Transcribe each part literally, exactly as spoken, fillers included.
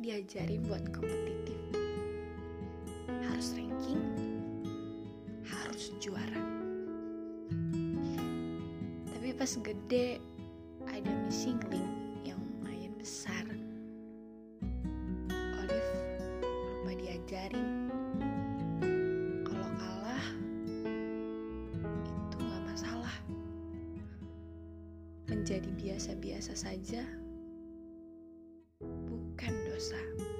diajarin buat kompetitif. Harus ranking, harus juara. Tapi pas gede, ada missing link yang lumayan besar. Olive lupa diajarin kalau kalah itu gak masalah. Menjadi biasa-biasa saja bukan dosa.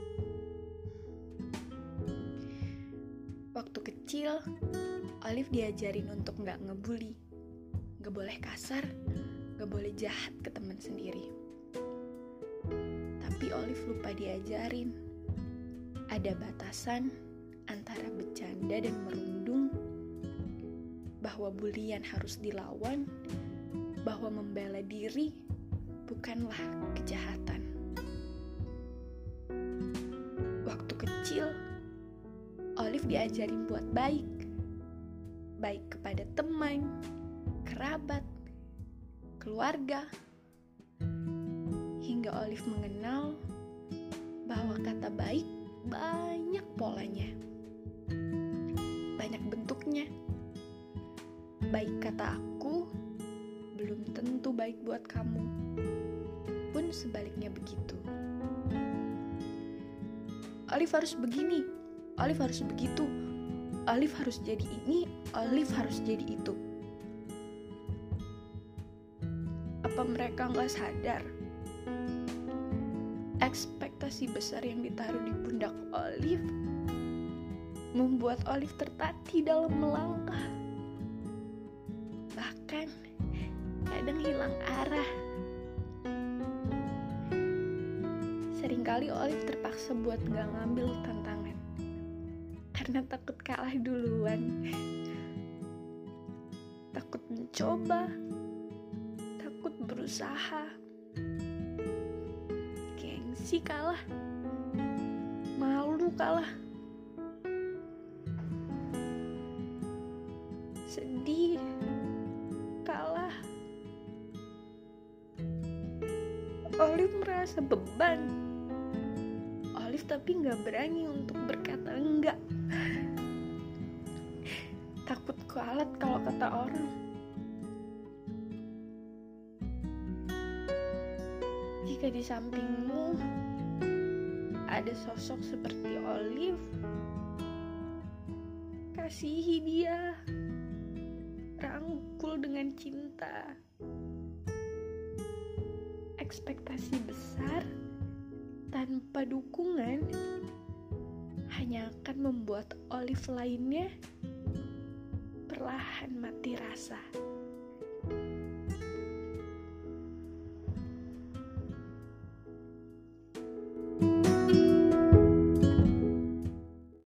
Waktu kecil, Olive diajarin untuk gak ngebully, gak boleh kasar, gak boleh jahat ke teman sendiri. Tapi Olive lupa diajarin ada batasan antara bercanda dan merundung, bahwa bulian harus dilawan, bahwa membela diri bukanlah kejahatan. Waktu kecil, Olive diajarin buat baik, baik kepada teman, kerabat, keluarga, hingga Olive mengenal bahwa kata baik banyak polanya, banyak bentuknya. Baik kata aku belum tentu baik buat kamu, pun sebaliknya begitu. Olive harus begini, Olive harus begitu, Olive harus jadi ini, Olive harus jadi itu. Apa mereka gak sadar ekspektasi besar yang ditaruh di pundak Olive membuat Olive tertatih dalam melangkah, bahkan kadang hilang arah. Seringkali Olive terpaksa buat gak ngambil tantangan karena takut kalah duluan, takut mencoba, takut berusaha, gengsi kalah, malu kalah, sedih kalah. Olive merasa beban. Olive tapi gak berani untuk berkata enggak. Takut kualat kalau kata orang. Jika di sampingmu ada sosok seperti Olive, kasihi dia, rangkul dengan cinta. Ekspektasi besar tanpa dukungan hanya akan membuat Olive lainnya perlahan mati rasa.